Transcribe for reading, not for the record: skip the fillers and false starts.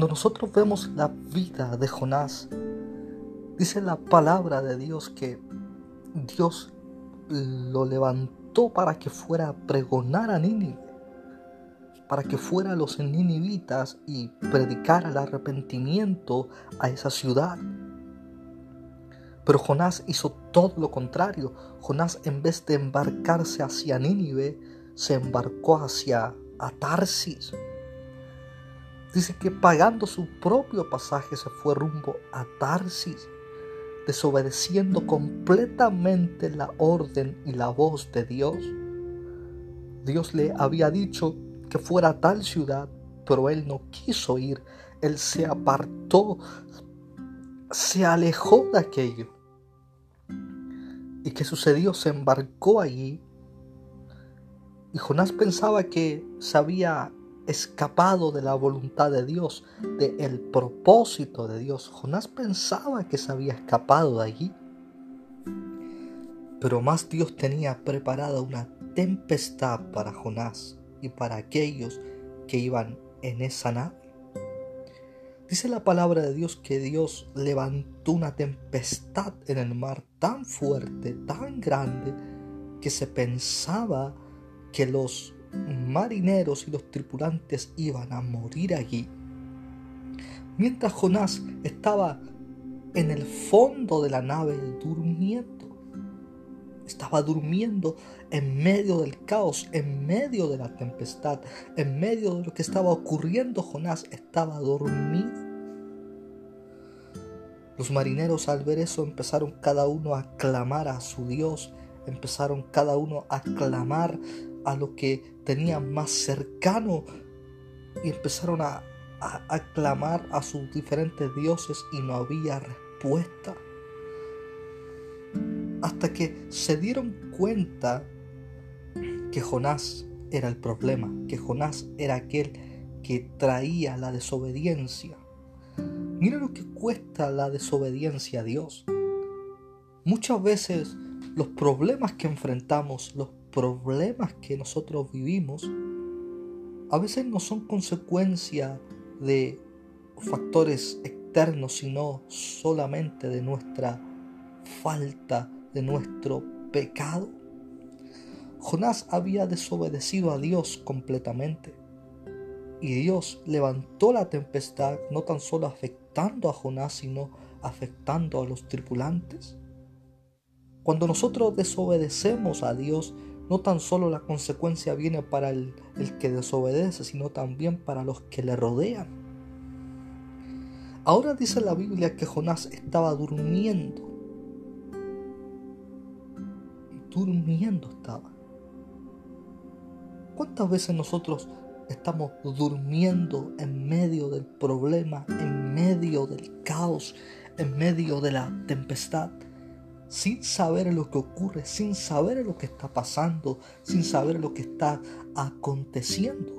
Cuando nosotros vemos la vida de Jonás, dice la palabra de Dios que Dios lo levantó para que fuera a pregonar a Nínive, para que fuera a los ninivitas y predicara el arrepentimiento a esa ciudad. Pero Jonás hizo todo lo contrario. Jonás, en vez de embarcarse hacia Nínive, se embarcó hacia Tarsis. Dice que pagando su propio pasaje se fue rumbo a Tarsis, desobedeciendo completamente la orden y la voz de Dios. Dios le había dicho que fuera a tal ciudad, pero él no quiso ir. Él se apartó, se alejó de aquello. ¿Y qué sucedió? Se embarcó allí. Y Jonás pensaba que se había escapado de la voluntad de Dios, del propósito de Dios. Jonás pensaba que se había escapado de allí. Pero más Dios tenía preparada una tempestad para Jonás y para aquellos que iban en esa nave. Dice la palabra de Dios que Dios levantó una tempestad en el mar tan fuerte, tan grande, que se pensaba que los marineros y los tripulantes iban a morir allí. Mientras Jonás estaba en el fondo de la nave durmiendo. Estaba durmiendo en medio del caos, en medio de la tempestad, en medio de lo que estaba ocurriendo. Jonás estaba dormido. Los marineros, al ver eso, empezaron cada uno a clamar a su Dios, empezaron cada uno a clamar a lo que tenían más cercano y empezaron a clamar a sus diferentes dioses y no había respuesta. Hasta que se dieron cuenta que Jonás era el problema, que Jonás era aquel que traía la desobediencia. Mira lo que cuesta la desobediencia a Dios. Muchas veces los problemas que enfrentamos, los problemas que nosotros vivimos, a veces no son consecuencia de factores externos, sino solamente de nuestra falta, de nuestro pecado. Jonás había desobedecido a Dios completamente y Dios levantó la tempestad, no tan solo afectando a Jonás, sino afectando a los tripulantes. Cuando nosotros desobedecemos a Dios, no tan solo la consecuencia viene para el que desobedece, sino también para los que le rodean. Ahora dice la Biblia que Jonás estaba durmiendo. Durmiendo estaba. ¿Cuántas veces nosotros estamos durmiendo en medio del problema, en medio del caos, en medio de la tempestad, sin saber lo que ocurre, sin saber lo que está pasando, sin saber lo que está aconteciendo?